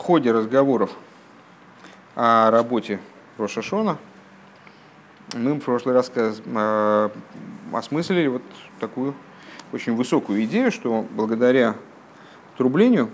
ходе разговоров о работе Рош ха-Шана мы в прошлый раз осмыслили вот такую очень высокую идею, что благодаря трублению,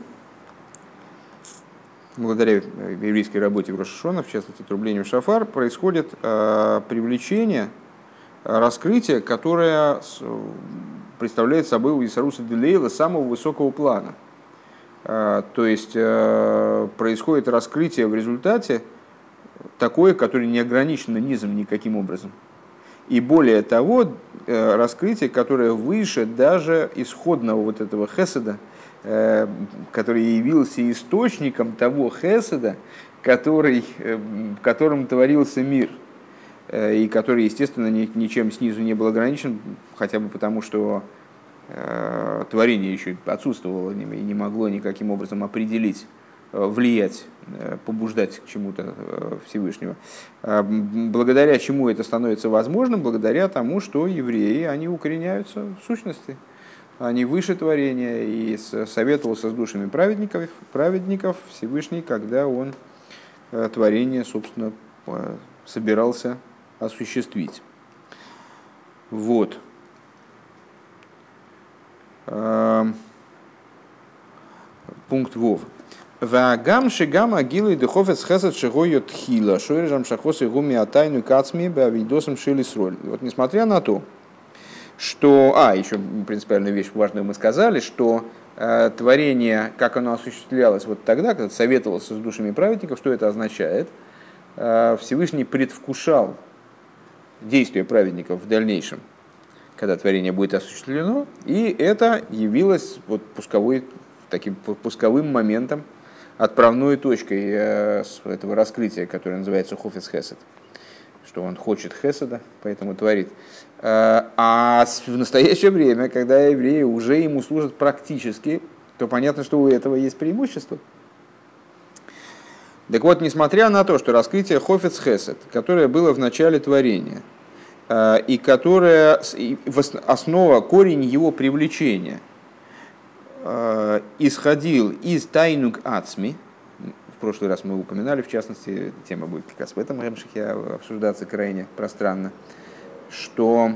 благодаря еврейской работе в Рош ха-Шана, в частности трублению шафар, происходит привлечение, раскрытие, которое представляет собой у Исаруса Делейла самого высокого плана. То есть происходит раскрытие в результате такое, которое не ограничено низом никаким образом. И более того, раскрытие, которое выше даже исходного вот этого хеседа, который явился источником того хеседа, которым творился мир, и который, естественно, ничем снизу не был ограничен, хотя бы потому, что творение еще отсутствовало и не могло никаким образом определить, влиять, побуждать к чему-то Всевышнего. Благодаря чему это становится возможным? Благодаря тому, что евреи, они укореняются в сущности. Они выше творения, и советовался с душами праведников Всевышний, когда он творение, собственно, собирался осуществить. Вот. Пункт Вов. Вагам шигам агилы духовец хесед шигойот хила шойрежам шахосы гуми атайну кацми бавидосом шилисроль. Вот несмотря на то, что... еще принципиальную вещь важную мы сказали, что творение, как оно осуществлялось вот тогда, когда советовался с душами праведников, что это означает? Всевышний предвкушал действия праведников в дальнейшем, когда творение будет осуществлено, и это явилось вот таким пусковым моментом, отправной точкой этого раскрытия, которое называется Хофец Хесед, что он хочет Хеседа, поэтому творит. А в настоящее время, когда евреи уже ему служат практически, то понятно, что у этого есть преимущество. Так вот, несмотря на то, что раскрытие Хофец Хесед, которое было в начале творения, и которое основа, корень его привлечения исходил из тайнук ацми, в прошлый раз мы упоминали, в частности, тема будет как раз в этом ремшихе обсуждаться крайне пространно, что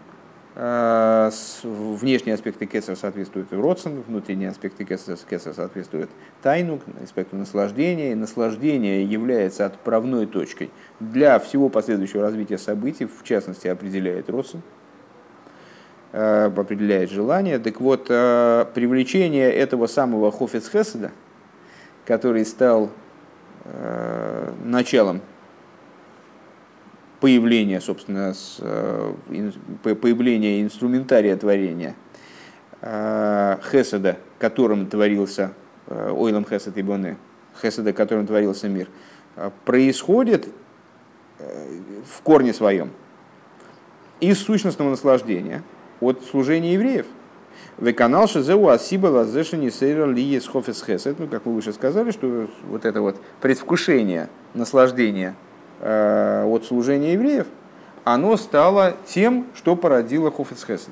внешние аспекты кесар соответствуют родствен, внутренние аспекты кесар соответствуют тайнук, аспекту наслаждения, и наслаждение является отправной точкой для всего последующего развития событий, в частности, определяет родствен, определяет желание. Так вот, привлечение этого самого Хофец Хеседа, который стал началом появления, собственно, появления инструментария творения Хеседа, которым творился Ойлам Хесед и Боне, Хеседа, которым творился мир, происходит в корне своем из сущностного наслаждения от служения евреев. Веканал шезеу асибала зешени сейра лиес хофец хесед. Ну, как мы выше сказали, что вот это вот предвкушение наслаждения от служения евреев, оно стало тем, что породило хофец хесед.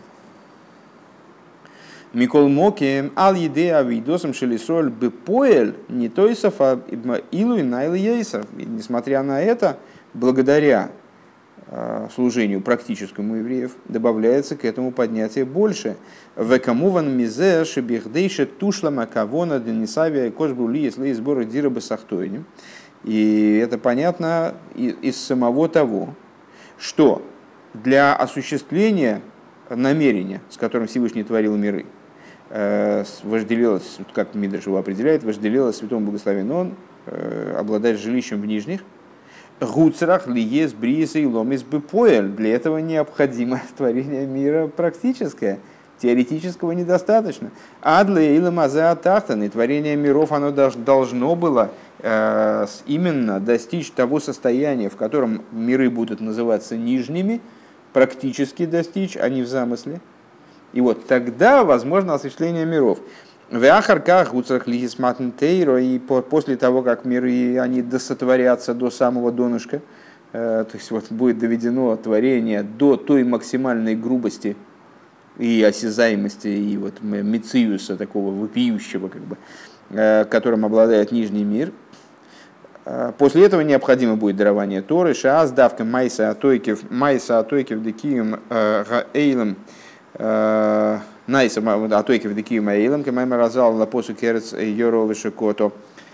Микол моки ал еде авидосом шелисроль бепоэль не тойсов илу и найл ейсов. Несмотря на это, благодаря служению практическому евреев добавляется к этому поднятие больше. Векамуван мизе шебихдейше тушлама кавона денисавия кошбули если сборы дира басахтойним. И это понятно из самого того, что для осуществления намерения, с которым Всевышний творил миры, вожделелось, как Мидраш его определяет, вожделелось святому благословен он обладать жилищем в нижних. Гуцрах лиес бриеса и ломис бепоэль. Для этого необходимо творение мира практическое. Теоретического недостаточно. Адле или маза тахтан. И творение миров оно должно было именно достичь того состояния, в котором миры будут называться нижними, практически достичь, а не в замысле. И вот тогда возможно осуществление миров. В Ахарках Гуцрах Лигисматнтейро, и после того, как миры они досотворятся до самого донышка, то есть вот будет доведено творение до той максимальной грубости и осязаемости, и вот мециуса такого вопиющего, как бы, которым обладает нижний мир. После этого необходимо будет дарование Торы, шаас давка майса атойкев декием гаэйлем найса атойкев декием гаэйлем кемайма разал лапосу керец йоровы шикото.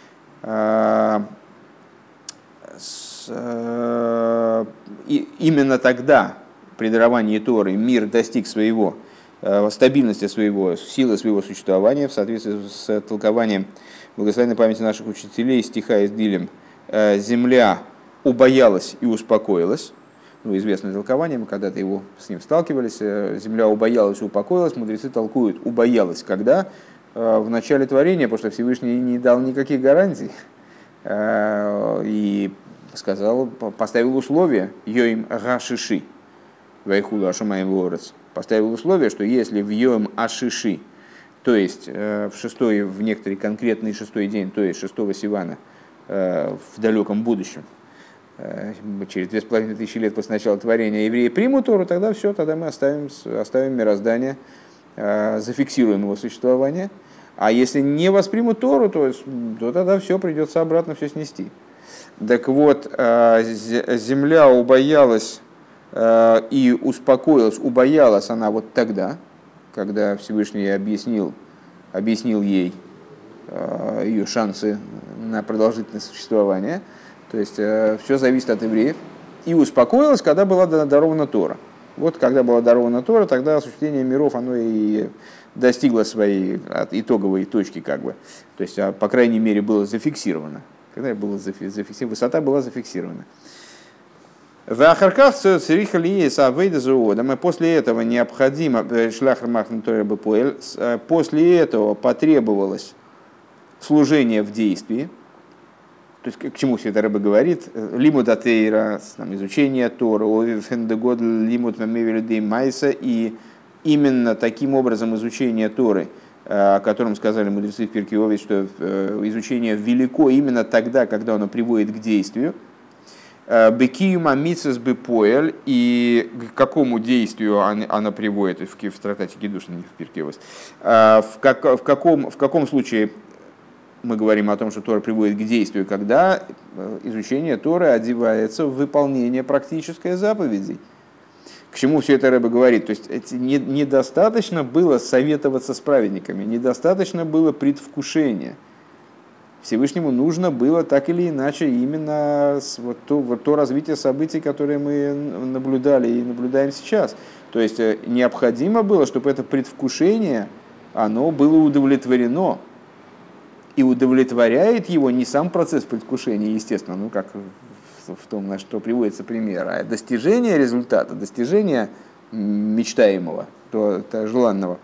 Именно тогда, при даровании Торы, мир достиг своего, стабильности своего, силы своего существования в соответствии с толкованием благословенной памяти наших учителей стиха из Дилем. Земля убоялась и успокоилась. Ну, известное толкование, мы когда-то его с ним сталкивались. Земля убоялась и успокоилась. Мудрецы толкуют убоялась, когда в начале творения, потому что Всевышний не дал никаких гарантий. И сказал, поставил условие «Йоим Гашиши», «Вайхула Ашумаем Ворец», поставил условие, что если в Йоим Ашиши, то есть в некоторый конкретный шестой день, то есть 6-го Сивана, в далеком будущем, через 2500 лет после начала творения, евреи примут Тору, тогда все, тогда мы оставим мироздание, зафиксируем его существование. А если не воспримут Тору, то тогда все, придется обратно все снести. Так вот, земля убоялась и успокоилась, убоялась она вот тогда, когда Всевышний объяснил ей ее шансы на продолжительное существование. То есть все зависит от евреев. И успокоилась, когда была дарована Тора. Вот когда была дарована Тора, тогда осуществление миров оно и достигло своей итоговой точки, как бы. То есть, по крайней мере, было зафиксировано. Когда было зафиксировано, высота была зафиксирована. В Ахарках после этого необходимо, после этого потребовалось служение в действии. То есть, к чему все это Рэбе говорит? Лимуд атеира, изучение Торы, овифендегод лимуд мемевелидей майса, и именно таким образом изучение Торы, о котором сказали мудрецы в Пиркей Овет, что изучение велико именно тогда, когда оно приводит к действию. Бекиюма митсес бепоэль, и к какому действию она приводит в трактате Кидуш, не в Пиркей Овет. В каком случае мы говорим о том, что Тора приводит к действию, когда изучение Торы одевается в выполнение практической заповедей. К чему все это Рэбе говорит? То есть недостаточно было советоваться с праведниками, недостаточно было предвкушения. Всевышнему нужно было так или иначе именно то развитие событий, которые мы наблюдали и наблюдаем сейчас. То есть необходимо было, чтобы это предвкушение оно было удовлетворено. И удовлетворяет его не сам процесс предвкушения, естественно, как в том, на что приводится пример, а достижение результата, достижение мечтаемого, желанного.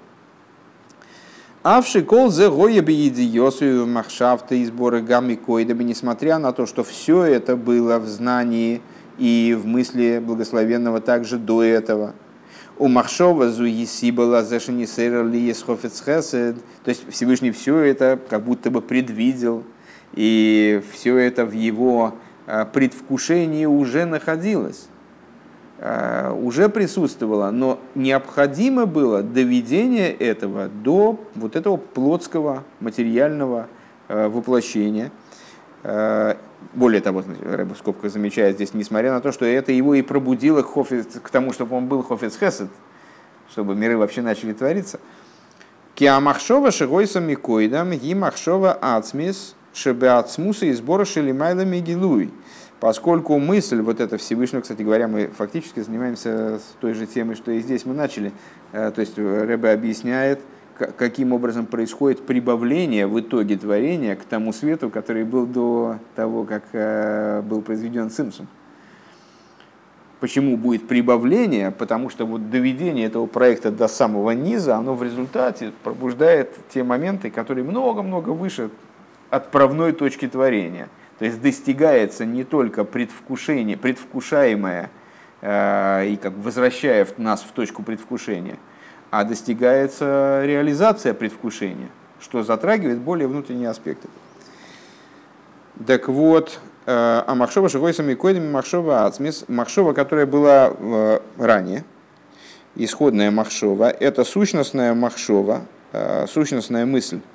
Авши кол зе гоеби идиосу махшафты и сборы гамми койдами, несмотря на то, что все это было в знании и в мысли благословенного также до этого. У Махшова зуисибала зашенисера лиесхофецхесед, то есть Всевышний все это как будто бы предвидел, и все это в его предвкушении уже находилось, уже присутствовало, но необходимо было доведение этого до вот этого плотского материального воплощения. Более того, Рэбе в скобках замечает здесь, несмотря на то, что это его и пробудило к тому, чтобы он был хофец хесед, чтобы миры вообще начали твориться. Киамахшова шигойса микоидам и махшова ацмис шебеацмуса и сбора шелимайла мигилуй. Поскольку мысль вот эта Всевышнего, кстати говоря, мы фактически занимаемся той же темой, что и здесь мы начали. То есть Рэбе объясняет, каким образом происходит прибавление в итоге творения к тому свету, который был до того, как был произведен Цимсум. Почему будет прибавление? Потому что вот доведение этого проекта до самого низа, оно в результате пробуждает те моменты, которые много-много выше отправной точки творения. То есть достигается не только предвкушение, предвкушаемое, и как бы возвращая нас в точку предвкушения, а достигается реализация предвкушения, что затрагивает более внутренние аспекты. Так вот, а махшова шигойсами койдами махшова ацмис, махшова, которая была ранее, исходная махшова, это сущностная махшова, сущностная мысль,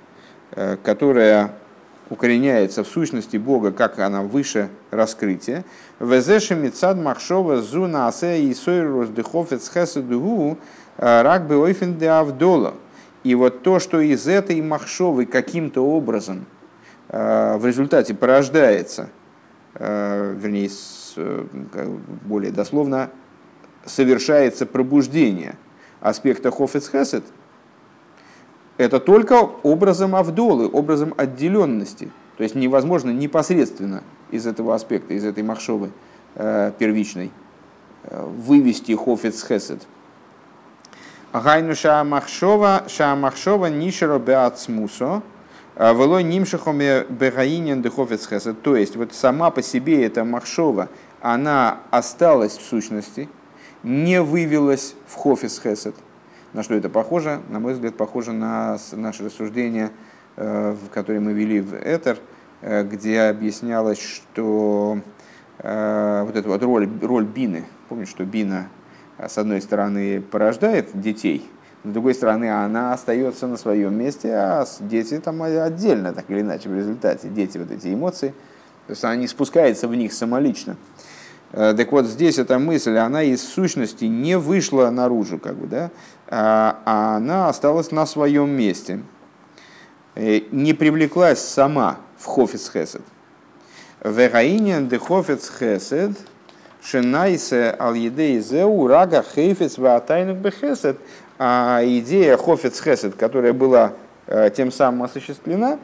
которая укореняется в сущности Бога, как она выше раскрытия. Везеши мицад махшова зу наасе и сойрус дыхофец хесадугу рак бы ойфен де авдола. И вот то, что из этой махшовы каким-то образом в результате порождается, вернее, более дословно, совершается пробуждение аспекта хофец хесед, это только образом авдолы, образом отделенности. То есть невозможно непосредственно из этого аспекта, из этой махшовы первичной вывести хофец хесед. Гайну шаамахшова нишеро беацмусо вело нимшихоме бегаинен де хофец хесед. То есть вот сама по себе эта махшова, она осталась в сущности, не вывелась в хофец хесед. На что это похоже? На мой взгляд, похоже на наше рассуждение, которое мы вели в Этер, где объяснялось, что вот эта вот роль бины, помните, что бина с одной стороны порождает детей, с другой стороны она остается на своем месте, а дети там отдельно, так или иначе, в результате. Дети, вот эти эмоции, то есть она не спускается в них самолично. Так вот, здесь эта мысль, она из сущности не вышла наружу, как бы, да, а она осталась на своем месте, не привлеклась сама в хофец хесед. Вегаинен де хофец хесед шенайсе ал едей зеу рага хейфец ваатайнук бехесед. А идея хофец хесед, которая была тем самым осуществлена,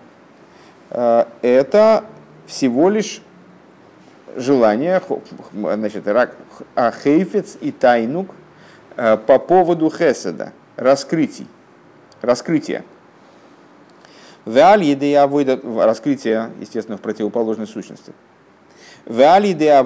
это всего лишь желание, значит, хейфец и тайнук по поводу хеседа, раскрытия. Раскрытие, естественно, в противоположной сущности. А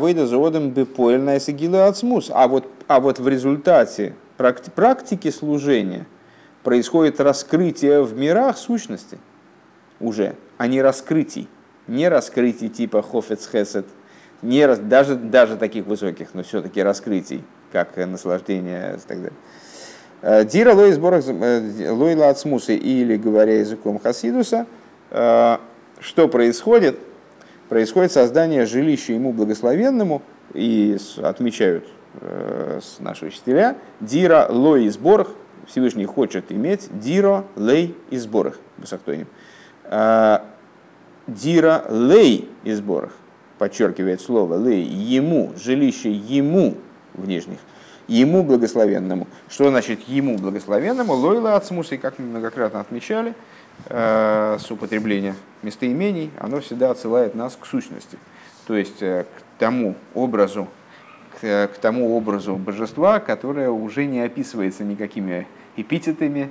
вот в результате практики служения происходит раскрытие в мирах сущности уже, а не раскрытий. Не раскрытий типа хофец хесед, даже таких высоких, но все-таки раскрытий, как наслаждение и так далее. Дира лой сборах лой лацмусы, или, говоря языком хасидуса, что происходит? Происходит создание жилища ему благословенному, и отмечают наши учителя, дира лой сборах, Всевышний хочет иметь дира лей и сборах, дира лей и сборах, подчеркивает слово лей, ему, жилище ему внешних, ему благословенному. Что значит ему благословенному? Лойла ацмус, и как мы многократно отмечали, с употребления местоимений, оно всегда отсылает нас к сущности, то есть к тому образу божества, которое уже не описывается никакими эпитетами,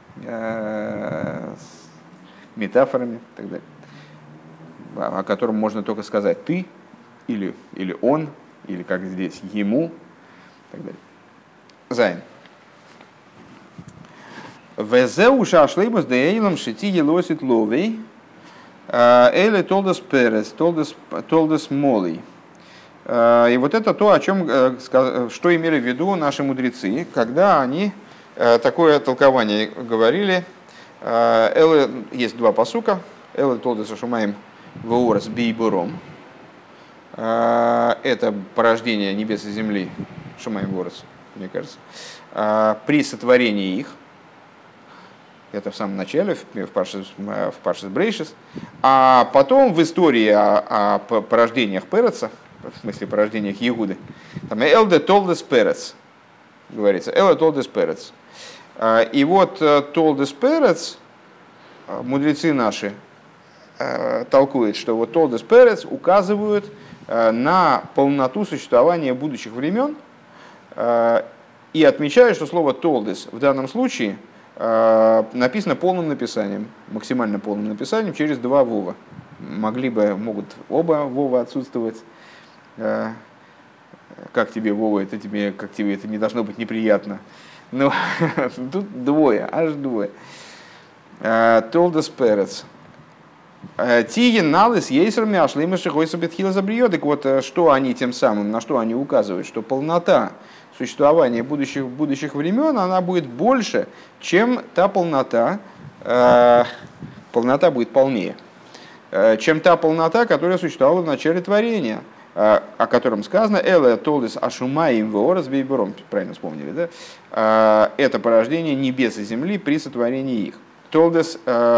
метафорами и так далее, о котором можно только сказать ты, или он, или как здесь ему, и так далее. Зайн. Везеу шашлейбус деэйлам шити елосит ловей эле толдес перес, толдес молей. И вот это то, о чем, что имели в виду наши мудрецы, когда они такое толкование говорили. Есть два пасука. Эле толдес ашумаем веорас бейбуром. Это порождение небес и земли, шумаем веорас, мне кажется, при сотворении их. Это в самом начале, в Паршас Брейшис. А потом в истории о порождениях Переца, в смысле порождениях Егуды, там «Элде толдес Перец», говорится, «Элде толдес Перец». И вот толдес Перец, мудрецы наши толкуют, что вот толдес Перец указывают на полноту существования будущих времен и отмечают, что слово толдес в данном случае написано полным написанием, максимально полным написанием через два вова. Могут оба вова отсутствовать. Как тебе, Вова, как тебе это не должно быть неприятно. Но тут двое, аж двое. Толдес Перец. Тиген налыс ейсерми ашлимаши хойса бетхила забриёдек. Вот что они тем самым, на что они указывают, что полнота существования будущих времен, она будет больше, чем та полнота, полнота будет полнее, чем та полнота, которая существовала в начале творения, о котором сказано «Эле толдес ашумаим веорас бейбером», правильно вспомнили, да? Это порождение небес и земли при сотворении их. Толдес,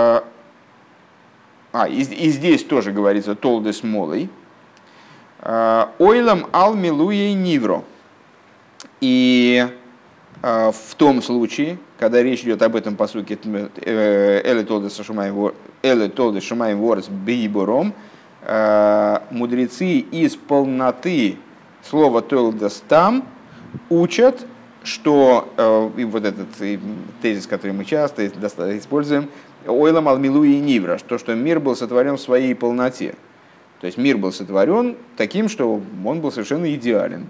и здесь тоже говорится толдес молой, ойлам ал милуей нивро. И в том случае, когда речь идет об этом пасуке «Эле толдес шумаим веорас бейбером», мудрецы из полноты слова «толдес» там учат, что, и вот этот тезис, который мы часто используем, «ойлам алмилу и нивра», что мир был сотворен в своей полноте. То есть мир был сотворен таким, что он был совершенно идеален.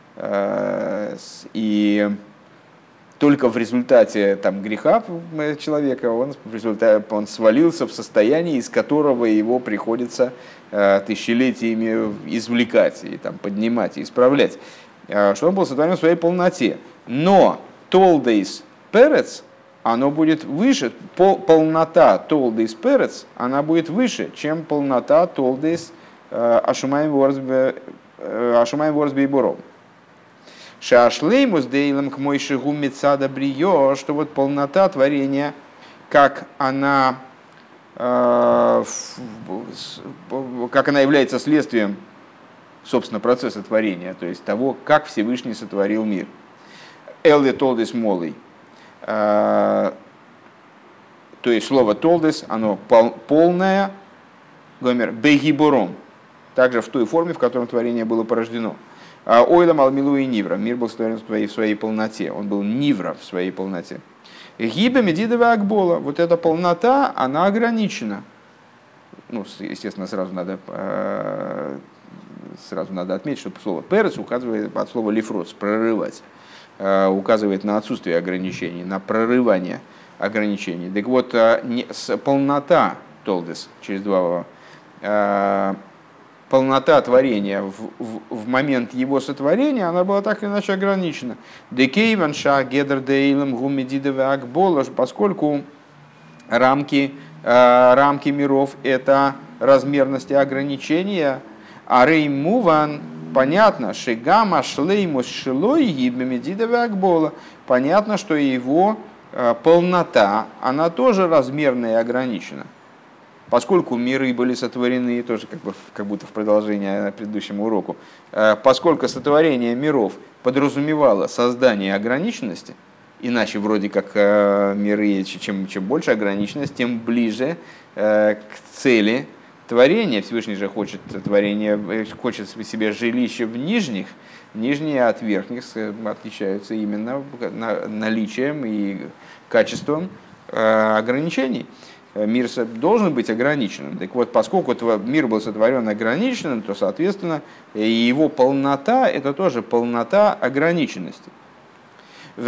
И только в результате греха человека он свалился в состояние, из которого его приходится тысячелетиями извлекать, и поднимать, и исправлять. Что он был сотворен в своей полноте. Но толдейс перец, оно будет выше, полнота толдейс перец, она будет выше, чем полнота толдейс ашумаем ворс бейбуром. Шашлеймус дейлам к мойшигу мецада брио, что вот полнота творения, как она является следствием, собственно, процесса творения, то есть того, как Всевышний сотворил мир. Элли толдес молый. То есть слово толдес, оно полное, гомер, бегибуром, также в той форме, в которой творение было порождено. Ойлам алмилу и нивра. Мир был сотворен в своей полноте. Он был нивра в своей полноте. Гиба медидова акбола. Вот эта полнота, она ограничена. Естественно, сразу надо отметить, что слово перец указывает от слова лифроц, прорывать. Указывает на отсутствие ограничений, на прорывание ограничений. Так вот, полнота толдес, через два полнота творения в момент его сотворения, она была так или иначе ограничена. Поскольку рамки миров — это размерности ограничения, а реймуван, понятно, шигама шлеймус шилой гибмедидове акбола, понятно, что его полнота, она тоже размерная и ограничена. Поскольку миры были сотворены, тоже как будто в продолжение предыдущему уроку, поскольку сотворение миров подразумевало создание ограниченности, иначе вроде как миры, чем больше ограниченность, тем ближе к цели творения. Всевышний же хочет себе жилище в нижних, нижние от верхних отличаются именно наличием и качеством ограничений. Мир должен быть ограниченным. Так вот, поскольку мир был сотворен ограниченным, то, соответственно, его полнота – это тоже полнота ограниченности. И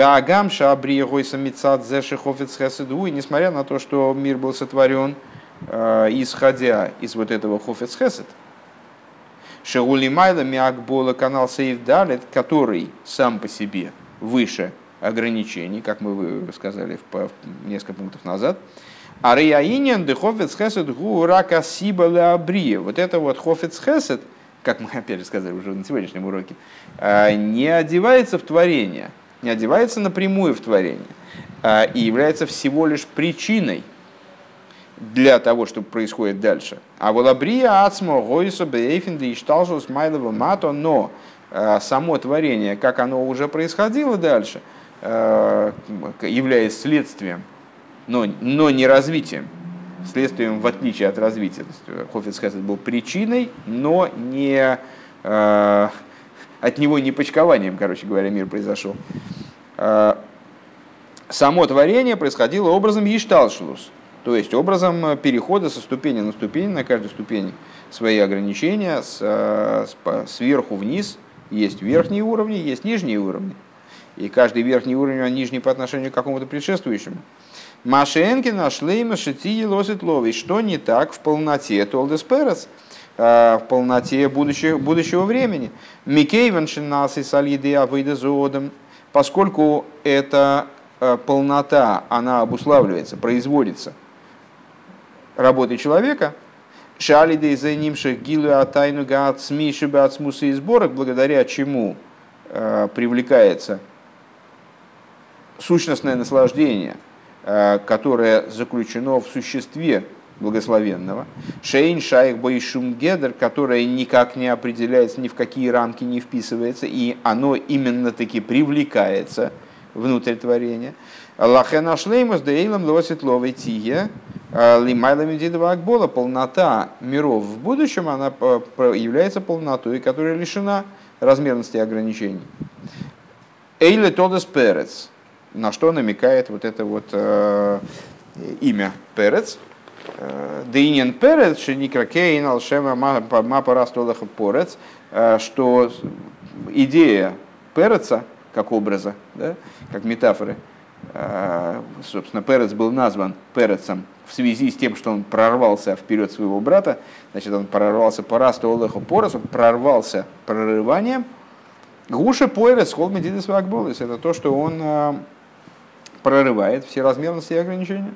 несмотря на то, что мир был сотворен, исходя из вот этого хофец хесед, шеулимайла миакбола канал сейф далет, который сам по себе выше ограничений, как мы сказали несколько пунктов назад. А реяинен де хофец хесед гу рака сиба леабрия. Вот это вот хофец хесед, как мы опять же сказали уже на сегодняшнем уроке, не одевается в творение, не одевается напрямую в творение, и является всего лишь причиной для того, что происходит дальше. А волабрия ацмо гойсо бейфинда и шталжус майлова мато, но само творение, как оно уже происходило дальше, является следствием, но не развитием, следствием в отличие от развития. Хофец хесед был причиной, но не от него не почкованием, короче говоря, мир произошел. Само творение происходило образом ешталшлус, то есть образом перехода со ступени на ступень, на каждой ступени свои ограничения, сверху вниз. Есть верхние уровни, есть нижние уровни. И каждый верхний уровень, а нижний по отношению к какому-то предшествующему. Машенкина шлейма шитии лосит ловий. Что не так в полноте толдес перес, в полноте будущего времени. Микейвен шинасы сальидеа выйда зоодом. Поскольку эта полнота, она обуславливается, производится работы человека, шалидей за нимших гилу атайну гаат смиши бацмусы и сборок, благодаря чему привлекается сущностное наслаждение, которое заключено в существе благословенного, шейн шайх бойшум гедер, которое никак не определяется, ни в какие рамки не вписывается, и оно именно таки привлекается внутрь творения. Лахена шлеймус дейлам лоситловой тие лимайлами дидова акбола, полнота миров в будущем, она является полнотой, которая лишена размерности и ограничений. Эйле тодес перец, на что намекает вот это вот имя перец. Дейнин перец, шеникракейн алшема мапа растолаха порец, что идея переца как образа, да, как метафоры, собственно, перец был назван перецем в связи с тем, что он прорвался вперед своего брата, значит, он прорвался по растолаху порец, он прорвался прорыванием. Гуша поэрец холд медидес вакболис, это то, что он прорывает все размерности и ограничения.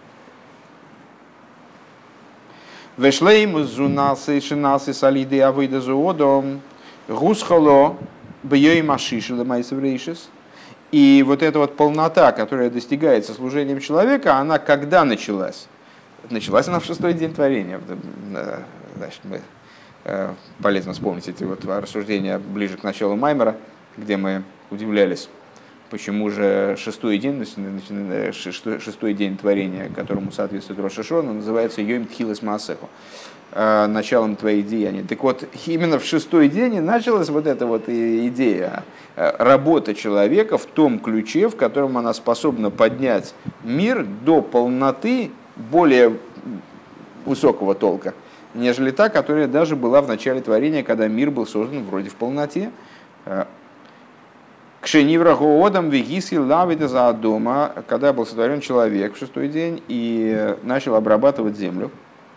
Вешлейм зунасы шинасы салиды авыда зуодом гусхало бьёй машиши лемайсеврейшис. И вот эта вот полнота, которая достигается служением человека, она когда началась? Началась она в шестой день творения. Значит, полезно вспомнить эти вот рассуждения ближе к началу Маймера, где мы удивлялись, почему же шестой день творения, которому соответствует Рош ха-Шана, называется Йом Тхилас Маасеху, началом твоей деяния. Так вот, именно в шестой день и началась вот эта вот идея, работа человека в том ключе, в котором она способна поднять мир до полноты более высокого толка, нежели та, которая даже была в начале творения, когда мир был создан вроде в полноте. Кшениврахоодам вегиси лавида за дома, когда был сотворен человек в шестой день и начал обрабатывать землю.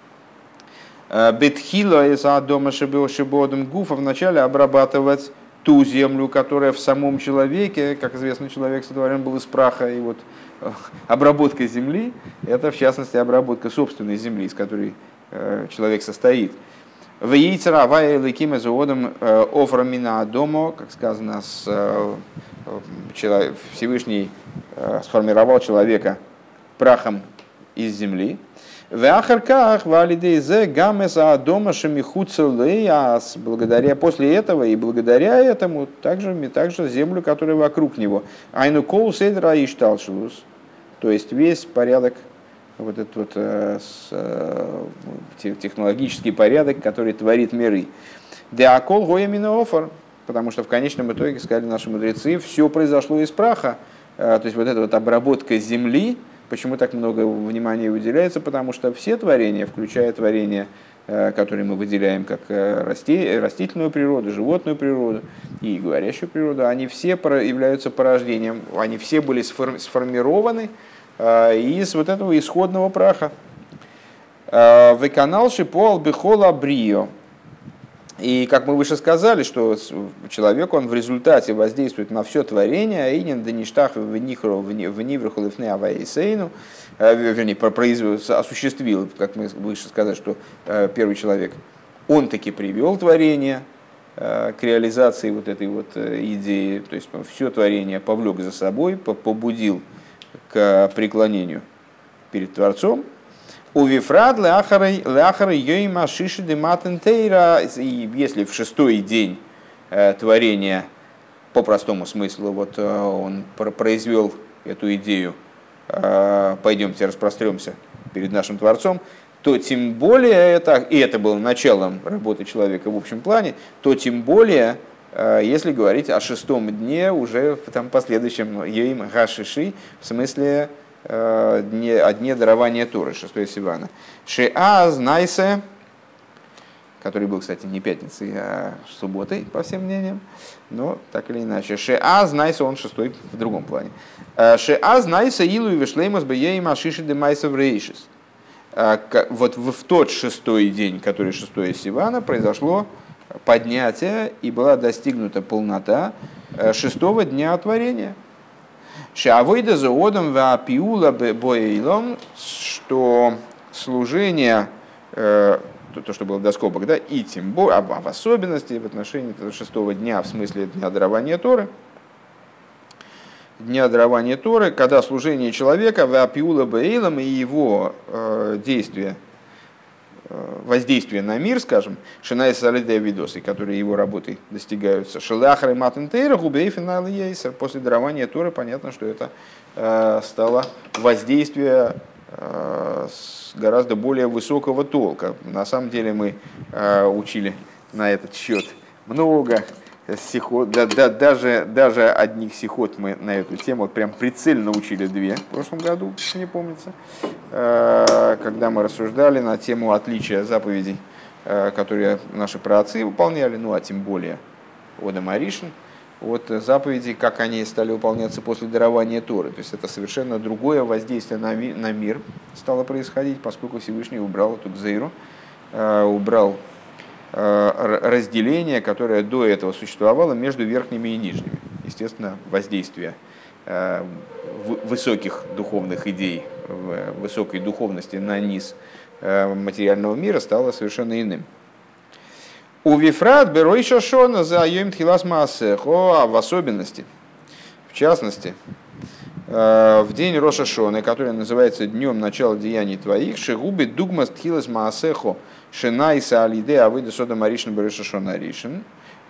Бетхила из дома шибодом гуфа вначале обрабатывать ту землю, которая в самом человеке, как известно, человек сотворен был из праха, и вот обработка земли, это в частности обработка собственной земли, из которой человек состоит. В яйцера вая лекима заводом офрамина дома, как сказано, Всевышний сформировал человека прахом из земли. В ахарках валидейзе гамеса дома шамихуцелеяс, благодаря после этого и благодаря этому также землю, которая вокруг него. Айну кол седра и шталшус, то есть весь порядок, вот этот вот технологический порядок, который творит миры. Деакол гоямина офар, потому что в конечном итоге, сказали наши мудрецы, все произошло из праха. То есть вот эта вот обработка земли, почему так много внимания уделяется, потому что все творения, включая творения, которые мы выделяем как растительную природу, животную природу и говорящую природу, они все являются порождением, они все были сформированы из вот этого исходного праха. Веканал шипол бихола брио. И как мы выше сказали, что человек, он в результате воздействует на все творение, инин даништах в нивраху лифне аваисейну, вернее, осуществил, как мы выше сказали, что первый человек, он таки привел творение к реализации вот этой вот идеи, то есть все творение повлек за собой, побудил к преклонению перед Творцом. У Вифрад ляхары йойма шиши дематен тейра. И если в шестой день творения, по простому смыслу, вот он произвел эту идею, пойдемте распростремся перед нашим Творцом, то тем более, и это было началом работы человека в общем плане, то тем более, если говорить о шестом дне, уже там последующем йоим гашиши, в смысле о дне дарования Торы, 6 Сивана. Шеаз найсе, который был, кстати, не пятницей, а субботой, по всем мнениям, но так или иначе. Шеаз найсе, он шестой в другом плане. Шеаз найсе илу и вешлеймас бьеим ашиши де майсов рейшис. Вот в тот шестой день, который 6 Сивана, произошло поднятие и была достигнута полнота шестого дня творения. Шавойда заодом ваапиула боейлом, что служение, то, что было до скобок, да, и тем более, в особенности в отношении шестого дня, в смысле дня дарования Торы, когда служение человека в апиула бейлом и его действия, воздействие на мир, скажем, шинай салидея видосы, которые его работой достигаются, шелахры матентейра губей финал ейсер. После дарования Торы понятно, что это стало воздействие гораздо более высокого толка. На самом деле мы учили на этот счет много сихот, даже одних сихот мы на эту тему прям прицельно учили 2 в прошлом году, если не помнится, когда мы рассуждали на тему отличия заповедей, которые наши праотцы выполняли, ну а тем более Одам Аришин, от заповедей, как они стали выполняться после дарования Торы. То есть это совершенно другое воздействие на мир стало происходить, поскольку Всевышний убрал эту гзейру, убрал разделение, которое до этого существовало между верхними и нижними. Естественно, воздействие высоких духовных идей, высокой духовности на низ материального мира стало совершенно иным. У Вифрат Берой Шашона за Йом Тхилас Маасехо, а в особенности, в частности, в день Роша Шоны, который называется днем начала деяний твоих, Шегуби Дугмас Тхилас Маасехо Шинайса Алиде Авида Сода Маришин Берой Шашона Аришин,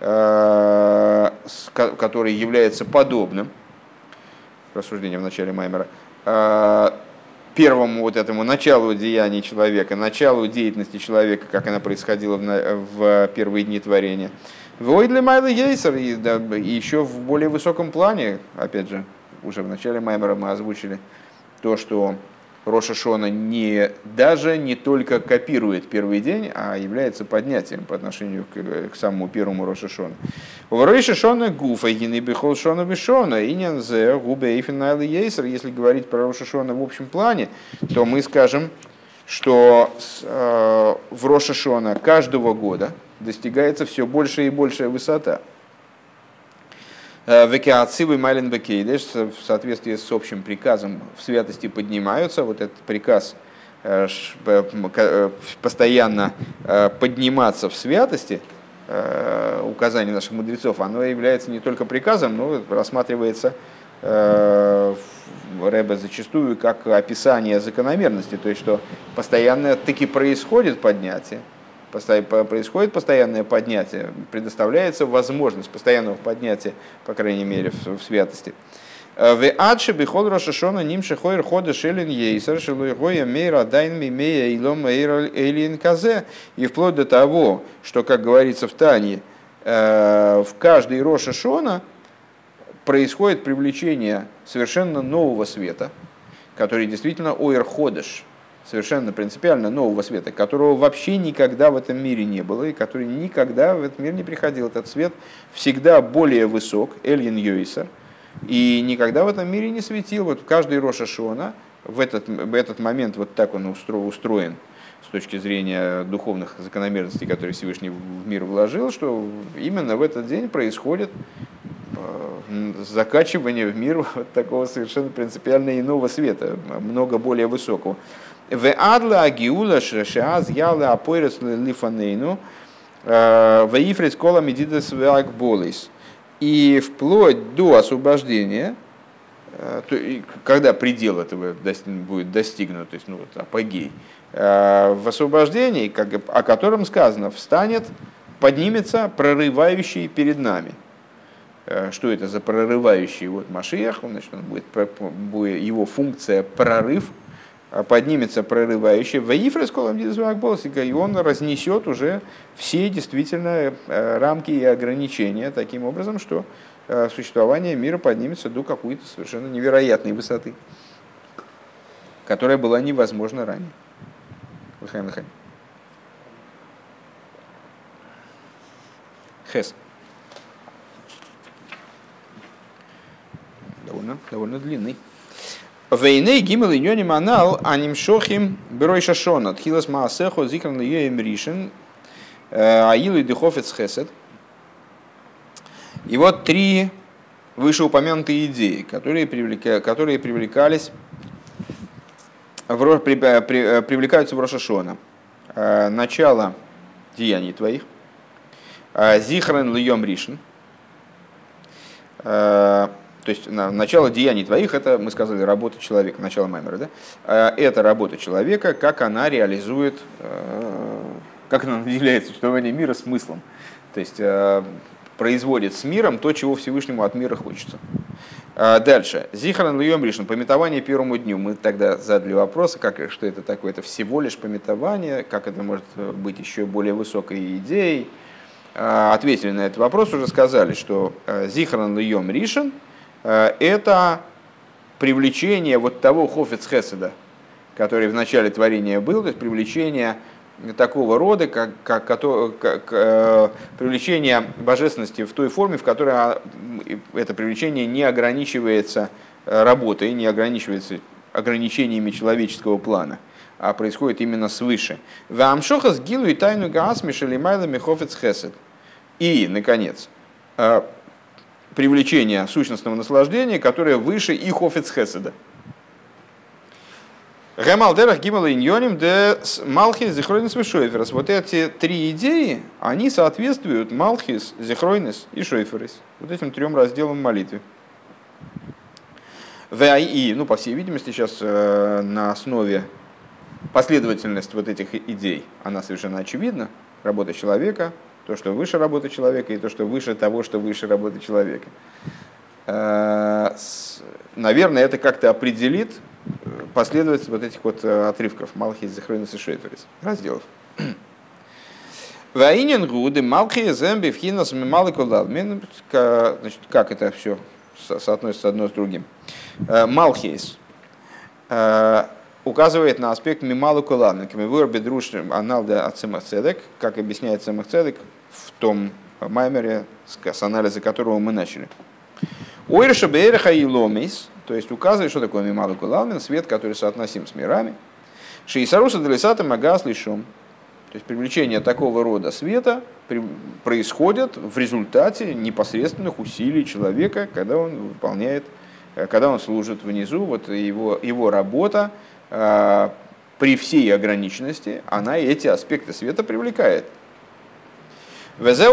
который является подобным, рассуждение в начале Маймера, первому вот этому началу деяний человека, началу деятельности человека, как она происходила в первые дни творения. Вой для Майла Ейсер, и еще в более высоком плане, опять же, уже в начале Маймера мы озвучили то, что Рош ха-Шона даже не только копирует первый день, а является поднятием по отношению к самому первому Рош ха-Шона. В Рош ха-Шона гуфа гини бихол шона бишона иньян зе губе эйфен найл ейсер. Если говорить про Рош ха-Шона в общем плане, то мы скажем, что в Рош ха-Шона каждого года достигается все большая и большая высота. В соответствии с общим приказом в святости поднимаются. Вот этот приказ постоянно подниматься в святости, указание наших мудрецов, оно является не только приказом, но рассматривается Ребе зачастую как описание закономерности, то есть что постоянно таки происходит поднятие. Происходит постоянное поднятие, предоставляется возможность постоянного поднятия, по крайней мере, в святости. В адше бихол Рош ха-Шона ним шехойр хода шелин ейсер шелуйгоя мейра дайн мимея илом мейра эйлин казе. И вплоть до того, что, как говорится в Тане, в каждый Рош ха-Шона происходит привлечение совершенно нового света, который действительно ойр ходеш, совершенно принципиально нового света, которого вообще никогда в этом мире не было, и который никогда в этот мир не приходил. Этот свет всегда более высок, Эльин Йойсер, и никогда в этом мире не светил. Вот каждый Рош ха-Шона в этот момент вот так он устроен с точки зрения духовных закономерностей, которые Всевышний в мир вложил, что именно в этот день происходит закачивание в мир вот такого совершенно принципиально иного света, много более высокого. В адла агиула шеаз яла апойрес лифанейну в ифрис кола медидас веакболис. И вплоть до освобождения, когда предел этого будет достигнут, то есть ну, вот, апогей, в освобождении, о котором сказано, встанет, поднимется прорывающий перед нами. Что это за прорывающий? Вот Машиах, значит, он будет его функция прорыв, поднимется прорывающий в Ифрес колом дизвакболсика, и он разнесет уже все действительно рамки и ограничения таким образом, что существование мира поднимется до какой-то совершенно невероятной высоты, которая была невозможна ранее. Хес. Довольно длинный. Вейней гимел иньони манал анимшохим берой шашона тхилас маасехо зикран йоем ришен аилу дихофец хесед. И вот 3 вышеупомянутые идеи, которые привлекались привлекаются в Рош ха-Шана. Начало деяний твоих. Зихрен льем ришен. То есть начало деяний твоих, это, мы сказали, работа человека, начало маймера, да? Это работа человека, как она реализует, как она наделяет существование мира смыслом. То есть производит с миром то, чего Всевышнему от мира хочется. Дальше. Зихран льем ришен, пометование первому дню. Мы тогда задали вопрос, что это такое. Это всего лишь пометование, как это может быть еще более высокой идеей. Ответили на этот вопрос, уже сказали, что Зихран льем ришен – это привлечение вот того хофец хеседа, который в начале творения был, то есть привлечение такого рода, как привлечение божественности в той форме, в которой это привлечение не ограничивается работой, не ограничивается ограничениями человеческого плана, а происходит именно свыше. Ваамшохас гилу и тайну гаасми шелимайлами хофец хесед. И, наконец, привлечение сущностного наслаждения, которое выше и хофец хеседа. Гемалдерах гимала иньоним де малхис зихройнес и шойферес. Вот эти три идеи, они соответствуют малхис, зихройнес и шойферес. Вот этим трем разделам молитвы. И, по всей видимости, сейчас на основе последовательности вот этих идей, она совершенно очевидна. Работа человека, то, что выше работы человека, и то, что выше того, что выше работы человека. Наверное, это как-то определит последовательность вот этих вот отрывков Малхис, Зихройнес и Шойферес, разделов. Значит, как это все соотносится одно с другим? Малхис указывает на аспект мималу кулан, как объясняет Цемах Цедек в том маймере, с анализа которого мы начали. Ойрша бейреха и ломис, то есть указывает, что такое мималу кулан, свет, который соотносим с мирами. Шейсаруса делисата магас лишом. То есть привлечение такого рода света происходит в результате непосредственных усилий человека, когда он выполняет, когда он служит внизу. Вот его работа при всей ограниченности, она эти аспекты света привлекает. Это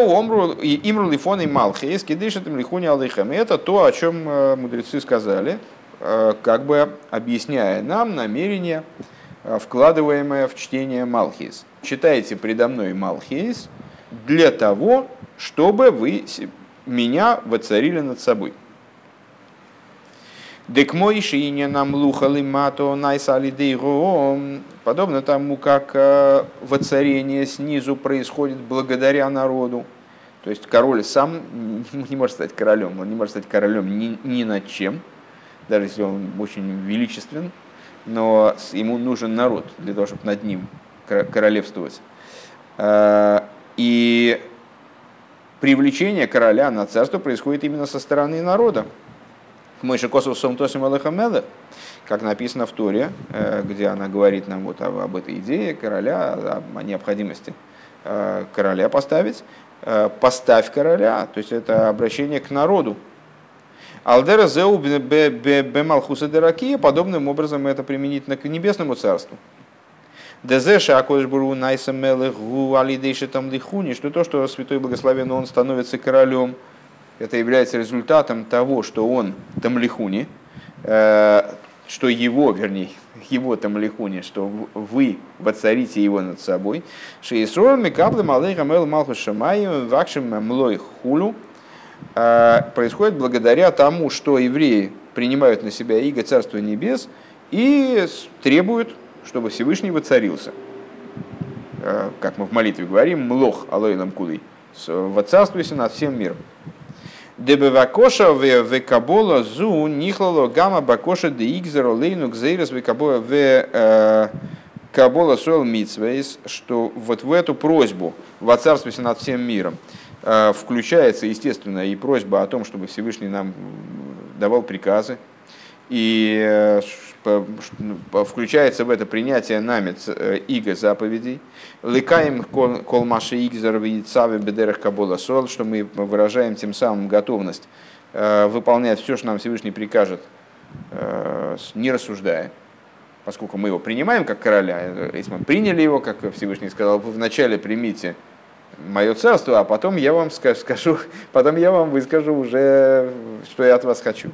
то, о чем мудрецы сказали, как бы объясняя нам намерение, вкладываемое в чтение Малхис. Читайте предо мной Малхис для того, чтобы вы меня воцарили над собой. Подобно тому, как воцарение снизу происходит благодаря народу. То есть король сам не может стать королем, он не может стать королем ни над чем, даже если он очень величествен, но ему нужен народ для того, чтобы над ним королевствовать. И привлечение короля на царство происходит именно со стороны народа. Как написано в Торе, где она говорит нам вот об этой идее короля, о необходимости короля поставить. Поставь короля, то есть это обращение к народу. Алдера зеу бемалхуса деракия, подобным образом это применительно к небесному царству. Дезеша акошбуру найсамелеху алидейши там лихуни, что то, что святой благословенный он становится королем, это является результатом того, что он тамлихуни, что его тамлихуни, что вы воцарите его над собой. Шеисрор микаблы малейха мэл малхус шамаим вакшим млой хулу. Происходит благодаря тому, что евреи принимают на себя иго Царства Небес и требуют, чтобы Всевышний воцарился. Как мы в молитве говорим, млох алойлам кулей, воцарствуйся над всем миром. Дебевакоша векабола зу нихлало гамма бакоша де игзеро лейну гзейрес векабола векабола сойл митсвейс, что вот в эту просьбу воцарствуйся над всем миром включается, естественно, и просьба о том, чтобы Всевышний нам давал приказы, и включается в это принятие нами иго заповедей. Лекаем колмаши игзер вейцаве бедерах кабола сол, что мы выражаем тем самым готовность выполнять все, что нам Всевышний прикажет, не рассуждая. поскольку мы его принимаем как короля, если мы приняли его, как Всевышний сказал, вы вначале примите мое царство, а потом я вам скажу, потом я вам выскажу уже, что я от вас хочу.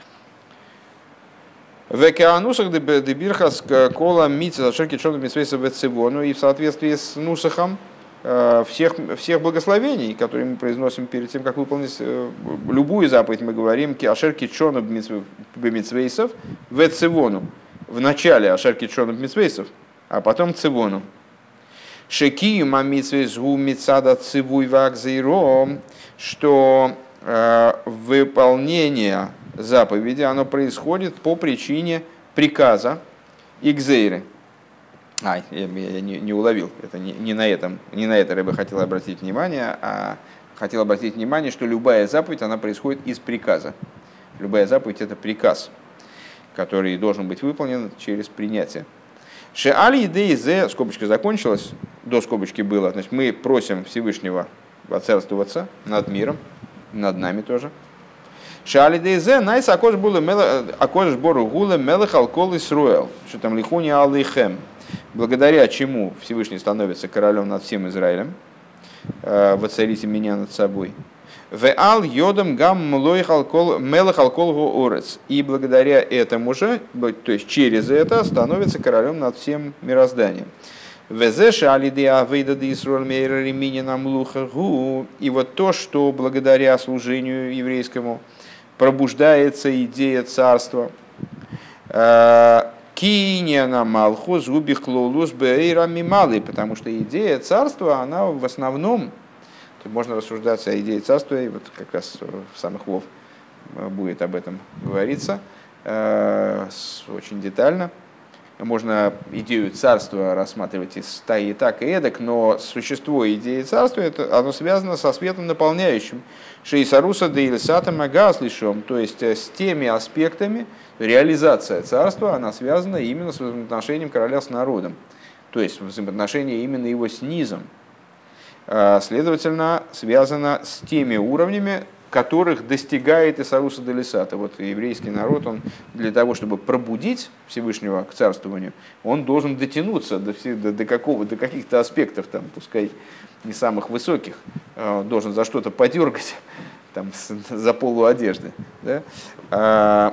В океанусах дебирхас кола митца шерки черных митцвейсов вецевону, и в соответствии с нусахом всех благословений, которые мы произносим перед тем, как выполнить любую заповедь, мы говорим ашерки черных митцвейсов вецевону. В начале ашерки черных митцвейсов, а потом цивону. Шекию мамитцвейс гу митцада цивуй вакзейро, что выполнение заповеди, оно происходит по причине приказа игзейры. Я не уловил, это не на это я бы хотел обратить внимание, а хотел обратить внимание, что любая заповедь, она происходит из приказа. Любая заповедь – это приказ, который должен быть выполнен через принятие. Шеали идеи, скобочка закончилась, до скобочки было, значит, мы просим Всевышнего воцарствоваться над миром, над нами тоже. Шалидейзе найс акош бору гула мелех алкол Исруэл, что там лихуни алейхем, благодаря чему Всевышний становится королем над всем Израилем, воцарите меня над собой. В ал йодам гам млоих алкол мелех алкол орец, и благодаря этому же, то есть через это, становится королем над всем мирозданием. И вот то, что благодаря служению еврейскому пробуждается идея царства. Киньяна малхус губих лолус бейрами малый, потому что идея царства, она в основном, тут можно рассуждать о идее царства, и вот как раз в самых Вов будет об этом говориться очень детально. Можно идею царства рассматривать и так, и эдак, но существо идеи царства, оно связано со светом наполняющим. Шейсаруса де Ильсатом Агаслишом, то есть с теми аспектами, реализация царства, она связана именно с взаимоотношением короля с народом, то есть взаимоотношение именно его с низом. Следовательно, связано с теми уровнями, которых достигает Исаруса де Лисата. Вот еврейский народ, он для того, чтобы пробудить Всевышнего к царствованию, он должен дотянуться до каких-то аспектов, там, пускай не самых высоких, должен за что-то подергать, там, за полу одежды. Да?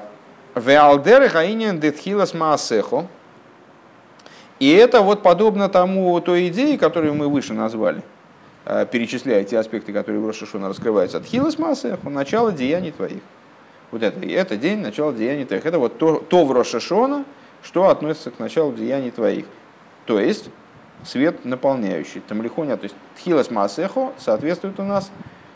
И это вот подобно той идее, которую мы выше назвали, перечисляя те аспекты, которые в Рош ха-Шана раскрываются. От хилас маасехо, начало деяний твоих. Вот это день, начало деяний твоих. Это вот то в Рош ха-Шана, что относится к началу деяний твоих. То есть свет наполняющий. Тамлихоня, то есть тхилас маасехо соответствует у нас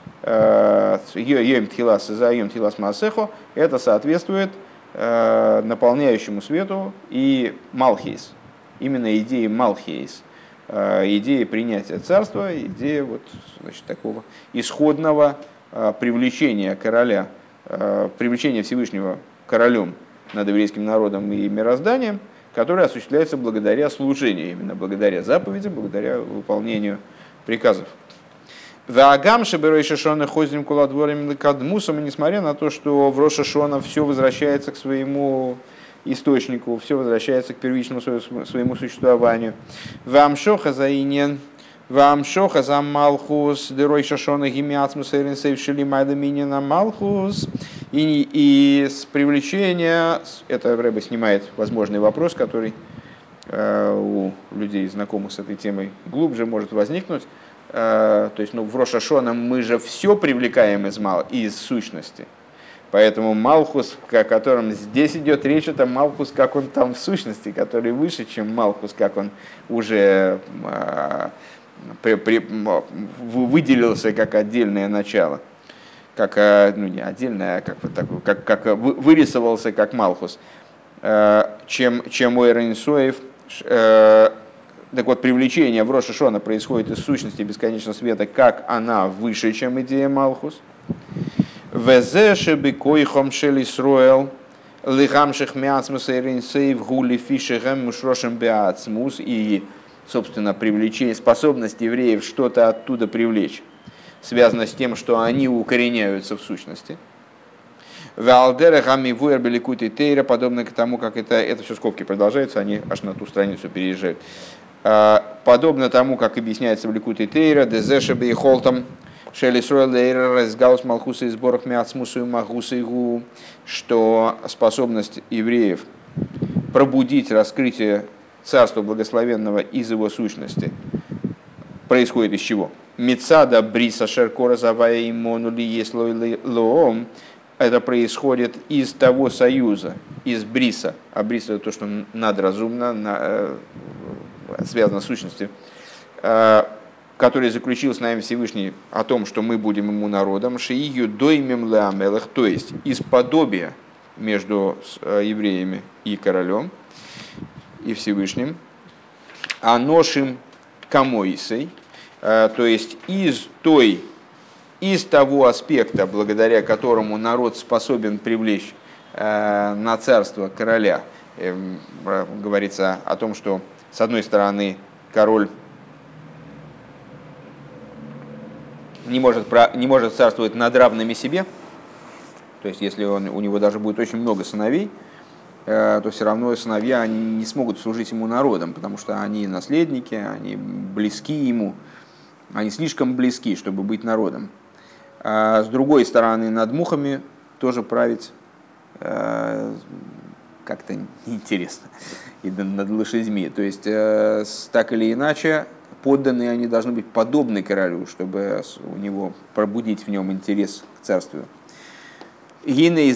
йом тхилас за йом тхилас маасехо, это соответствует наполняющему свету и малхейс. Именно идеи малхейс. Идея принятия царства, идея вот, значит, такого исходного привлечения короля, привлечения Всевышнего королем над еврейским народом и мирозданием, которое осуществляется благодаря служению, именно благодаря заповедям, благодаря выполнению приказов. Несмотря на то, что в Рош ха-Шана все возвращается к своему источнику, все возвращается к первичному своему существованию. Вамшоха заинен, вамшоха за малхус, дерой шашона гимиацмус эринсейв шили майда минина малхус. И с привлечения, это Рэбе снимает возможный вопрос, который у людей, знакомых с этой темой, глубже может возникнуть. То есть, в Рош ха-Шана мы же все привлекаем из сущности. Поэтому Малхус, о котором здесь идет речь, это Малхус, как он там в сущности, который выше, чем Малхус, как он уже выделился как отдельное начало, как, не отдельное, а как вырисовался как Малхус, чем Ойрен Соев. Так вот, привлечение в Рош ха-Шана происходит из сущности бесконечного света, как она выше, чем идея Малхус. И, собственно, привлечение, способность евреев что-то оттуда привлечь, связано с тем, что они укореняются в сущности. Валдера гамми вуэр беликут и тейра, подобно к тому, как это все скобки продолжаются, они аж на ту страницу переезжают. Подобно тому, как объясняется в Ликут и Тейра, дезешебе и холтам, шели сройлейра, разгаус малхуса и сборах мяцмусу и магуса и гу, что способность евреев пробудить раскрытие Царства Благословенного из его сущности происходит из чего? Мецада бриса шеркора завая имонули еслой лоом. Это происходит из того союза, из бриса. А брис это то, что надразумно, связано с сущностью, который заключил с нами Всевышний о том, что мы будем ему народом, шиию доймем леамелах, то есть из подобия между евреями и королем, и Всевышним, аношим камоисой, то есть из того аспекта, благодаря которому народ способен привлечь на царство короля, говорится о том, что с одной стороны король не может царствовать над равными себе, то есть если у него даже будет очень много сыновей, то все равно сыновья они не смогут служить ему народом, потому что они наследники, они близки ему, они слишком близки, чтобы быть народом. А с другой стороны, над мухами тоже править как-то неинтересно, и над лошадьми. То есть, так или иначе, подданные они должны быть подобны королю, чтобы у него пробудить в нем интерес к царству. Да, теперь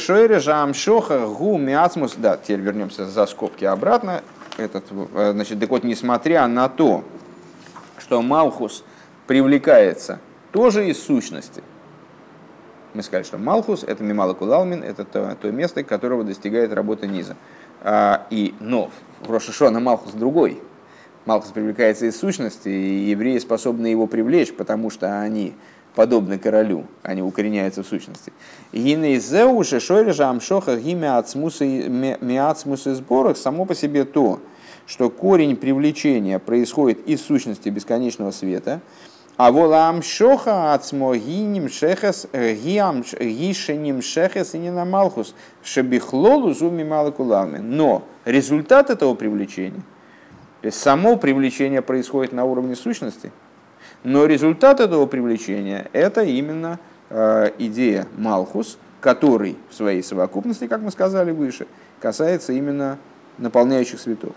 вернемся за скобки обратно. Значит, так вот, несмотря на то, что Малхус привлекается тоже из сущности, мы сказали, что Малхус — это Мимала Кулалмин, это то место, которого достигает работа низа. Но в Рош ха-Шана Малхус другой. Малхус привлекается из сущности, и евреи способны его привлечь, потому что они подобны королю, они укореняются в сущности. Само по себе то, что корень привлечения происходит из сущности бесконечного света, а волам шоха ацмогиним шехес гишеним шехес и не на малхус шебихлолу зуми малакулами. Но результат этого привлечения, то есть само привлечение происходит на уровне сущности, но результат этого привлечения это именно идея малхус, который в своей совокупности, как мы сказали выше, касается именно наполняющих светов.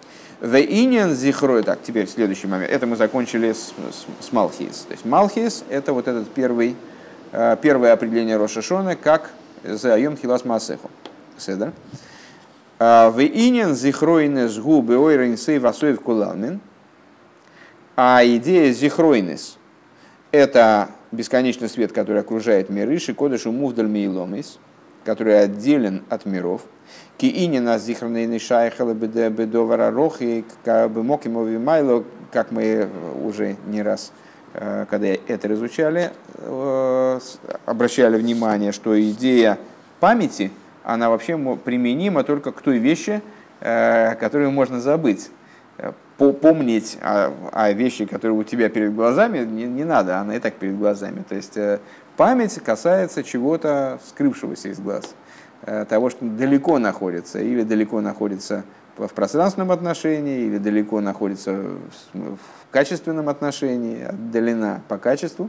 Так, теперь следующий момент. Это мы закончили с Малхис. То есть Малхис — это вот этот первое определение Рош ха-Шана, как за Йом Тхилас Маасеху. Седер. Вейнин зихройнес губы ойрен сей васоев кулалмин. А идея зихройнес — это бесконечный свет, который окружает миры, шикодышу мувдаль мейломис, который отделен от миров. Киинина зихройней шайхала бедовара рохи, как мы уже не раз, когда это разучали, обращали внимание, что идея памяти, она вообще применима только к той вещи, которую можно забыть. Помнить о вещи, которые у тебя перед глазами, не надо, она и так перед глазами. То есть память касается чего-то скрывшегося из глаз, того, что далеко находится, или далеко находится в пространственном отношении, или далеко находится в качественном отношении, отдалена по качеству.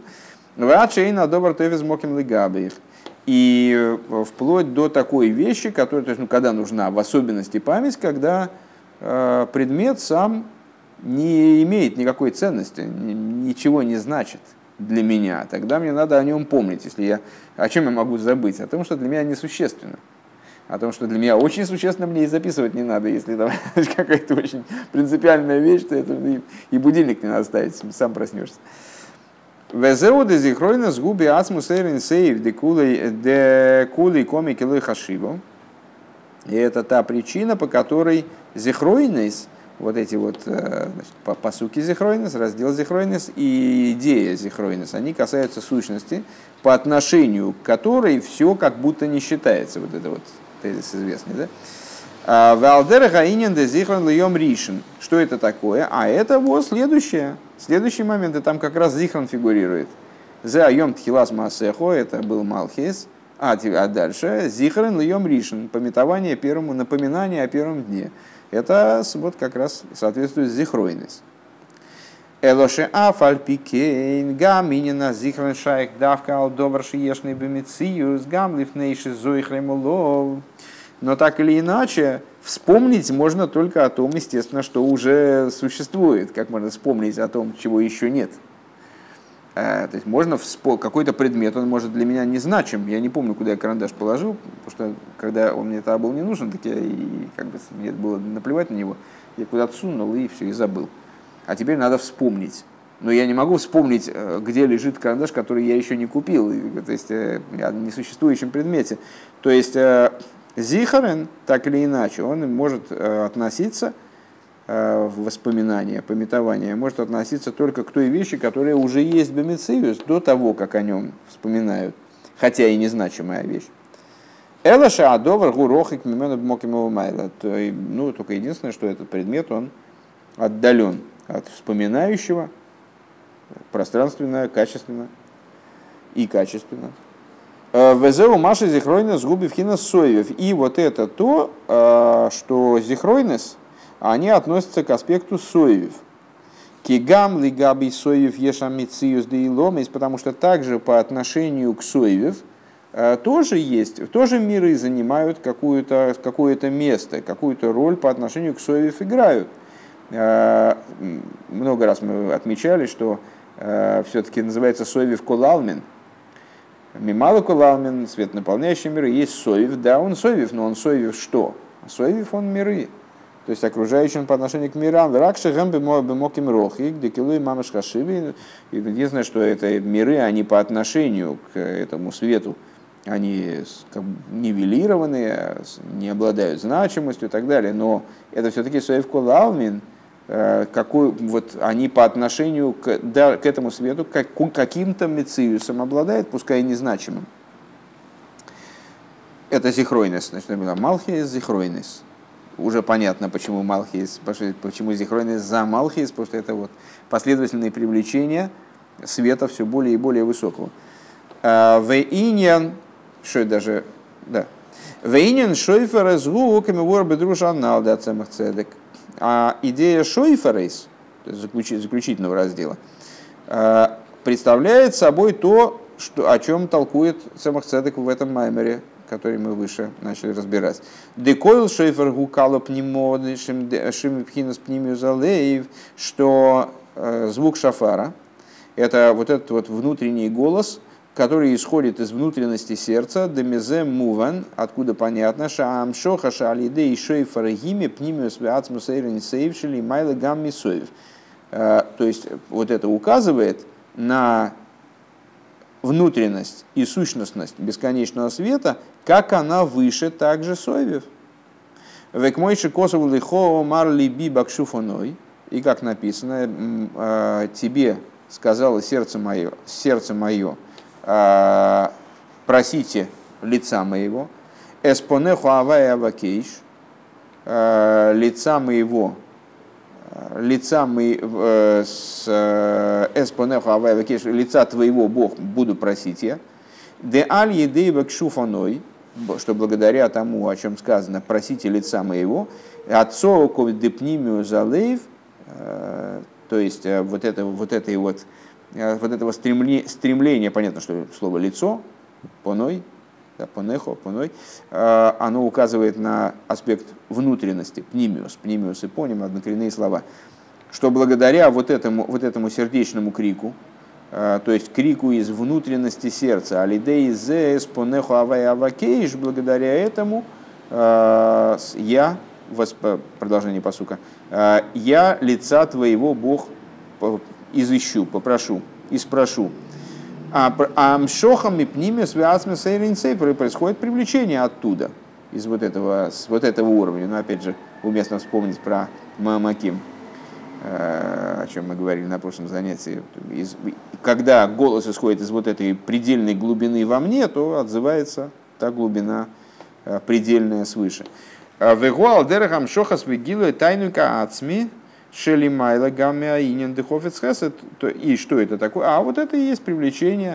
И вплоть до такой вещи, которая, то есть, когда нужна в особенности память, когда предмет сам не имеет никакой ценности, ничего не значит для меня, тогда мне надо о нем помнить. О чем я могу забыть? О том, что для меня несущественно. О том, что для меня очень существенно, мне и записывать не надо. Если там какая-то очень принципиальная вещь, то это и будильник не надо ставить, сам проснешься. Везеуды зихройна с губи ацмус эйрин сейв де кулей комики лой хашиву. И это та причина, по которой зихройнес, вот эти вот пасуки зихройнес, раздел зихройнес и идея зихройнес, они касаются сущности, по отношению к которой все как будто не считается. Вот это вот тезис известный, да? Валдер гаинен де зихрон льем ришен. Что это такое? А это вот следующий момент, и там как раз зихрон фигурирует. За йом тхилас маасехо, это был Малхис, А дальше зихрен льем ришен, напоминание о первом дне. Это вот как раз соответствует зихройность. Элоше афальпикейн гаминина зихрен шайх давка алдоварши ешный бемициюс гамлифнейши зоихремулов. Но так или иначе, вспомнить можно только о том, естественно, что уже существует. Как можно вспомнить о том, чего еще нет? То есть можно какой-то предмет, он может для меня незначим. Я не помню, куда я карандаш положил, потому что когда он мне тогда был не нужен, так я и как бы мне было наплевать на него. Я куда-то сунул и все, и забыл. А теперь надо вспомнить. Но я не могу вспомнить, где лежит карандаш, который я еще не купил, то есть о несуществующем предмете. То есть зихарен, так или иначе, он может относиться в воспоминания, памятование, может относиться только к той вещи, которая уже есть в бемициюс, до того, как о нем вспоминают, хотя и незначимая вещь. Элаша адовар гурохик мимену бмокимова майла. Ну, только единственное, что этот предмет, он отдален от вспоминающего, пространственно, качественно и качественно. Везеу маши зихройнес губи вхина соевев. И вот это то, что зихройнес, они относятся к аспекту соевев. Кигам лигаби соевев ешамициюс деиломис, потому что также по отношению к соевев тоже есть, тоже миры занимают какое-то место, какую-то роль по отношению к соевев играют. Много раз мы отмечали, что все-таки называется соевев колалмин. Мимала колалмин, свет наполняющий миры, есть соевев, да, он соевев, но он соевев что? Соевев он миры. То есть окружающий он по отношению к мирам. Ракши гэмбе моким рохи, где килуи мамаш хашиви. Единственное, что это миры, они по отношению к этому свету, они нивелированные, не обладают значимостью и так далее. Но это все-таки соев колалмин, они по отношению к этому свету каким-то мециусом обладают, пускай и незначимым. Это зихройнес. Значит, малхиес зихройнес. Уже понятно, почему малхиес, почему зихройнес за малхиес, потому что это вот последовательное привлечение света все более и более высокого. Вейньян, что это даже, да. Вейньян шойфер згу камевор бедрушан налда цемах цедек. А идея шойферейс, то есть заключительного раздела, представляет собой то, о чем толкует Цемах Цедек в этом маймере, который мы выше начали разбирать. Декойл шейфер гукало пнемоды шимпхинас пнемиузалеев, что звук шафара — это вот этот вот внутренний голос, который исходит из внутренности сердца, демезе муван, откуда понятно, шаам шоха шалиде и шейфер гиме пнимиус веацмус эйрен сейвшили майла гамми соев. То есть вот это указывает на внутренность и сущностность бесконечного света, как она выше также соевев. Век мойши косову лихо марли би бакшуфоной, и как написано, тебе сказала сердце мое, просите лица моего, эспонеху авай авакейш, лица твоего, Бог, буду просить я. Де аль едей бакшуфаной, что благодаря тому, о чем сказано, просите лица моего, отцо ковдепнимию залейв, то есть вот этого стремления, понятно, что слово лицо, поной, да, понехо, поной, оно указывает на аспект внутренности, пнимиус и поним, однокоренные слова, что благодаря вот этому сердечному крику, то есть крику из внутренности сердца, алидей зес понехо авай авакейш, благодаря этому я, продолжение пасука, я лица твоего, Бог, изыщу, попрошу и спрошу. А мшохам и пниме связаны с эйринцей, происходит привлечение оттуда, с вот этого уровня. Но опять же, уместно вспомнить про Маамаким, о чем мы говорили на прошлом занятии. Когда голос исходит из вот этой предельной глубины во мне, то отзывается та глубина предельная свыше. Вегуал дерахам шохас вегилует тайнука ацми шелимайла гаммя инин дыхофец хесед. И что это такое? А вот это и есть привлечение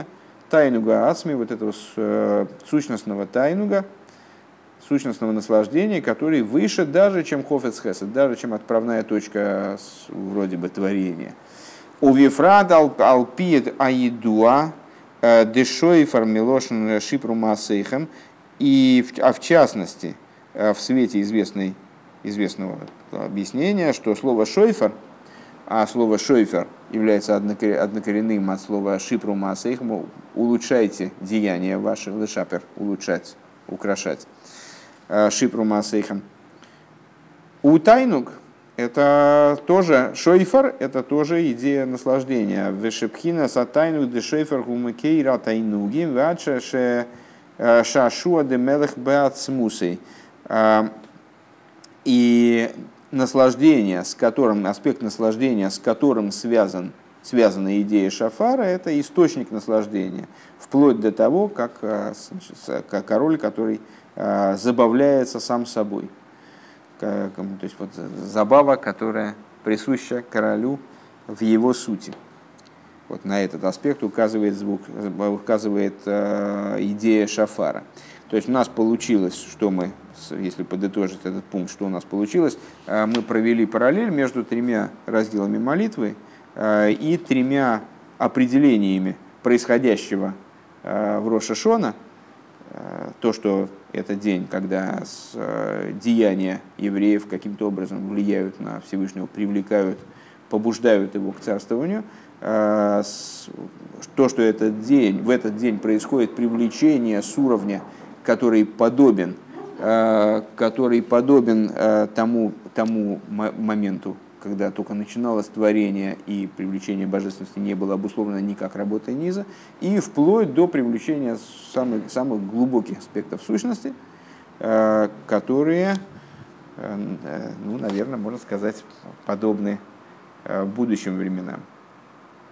тайнуга ацми, вот этого сущностного тайнуга, сущностного наслаждения, который выше даже, чем хофец хесед, даже чем отправная точка вроде бы творения. У вифрад алпиет аидуа дешойфар милошин шипру массейхем, а в частности, в свете известного объяснения, что слово шойфар, а слово шойфер является однокоренным от слова шипру маасейхм, улучшайте деяния ваши, лешапер, улучшать, украшать, шипру маасейхм. У тайнуг это тоже шойфер, это тоже идея наслаждения. Вешепхина са тайнуг де шойфер гумекейра тайнуги вача шашуа де мелех беацмусей. И наслаждение, с которым, аспект наслаждения, с которым связана идея шафара, это источник наслаждения, вплоть до того, как король, который забавляется сам собой. То есть вот забава, которая присуща королю в его сути. Вот на этот аспект указывает идея шафара. То есть у нас получилось, что мы, если подытожить этот пункт, что у нас получилось, мы провели параллель между тремя разделами молитвы и тремя определениями происходящего в Рош ха-Шана. То, что это день, когда деяния евреев каким-то образом влияют на Всевышнего, привлекают, побуждают его к царствованию. То, что в этот день происходит привлечение с уровня, который подобен тому моменту, когда только начиналось творение и привлечение божественности не было обусловлено никак работой низа, и вплоть до привлечения самых глубоких аспектов сущности, которые, наверное, можно сказать, подобны будущим временам.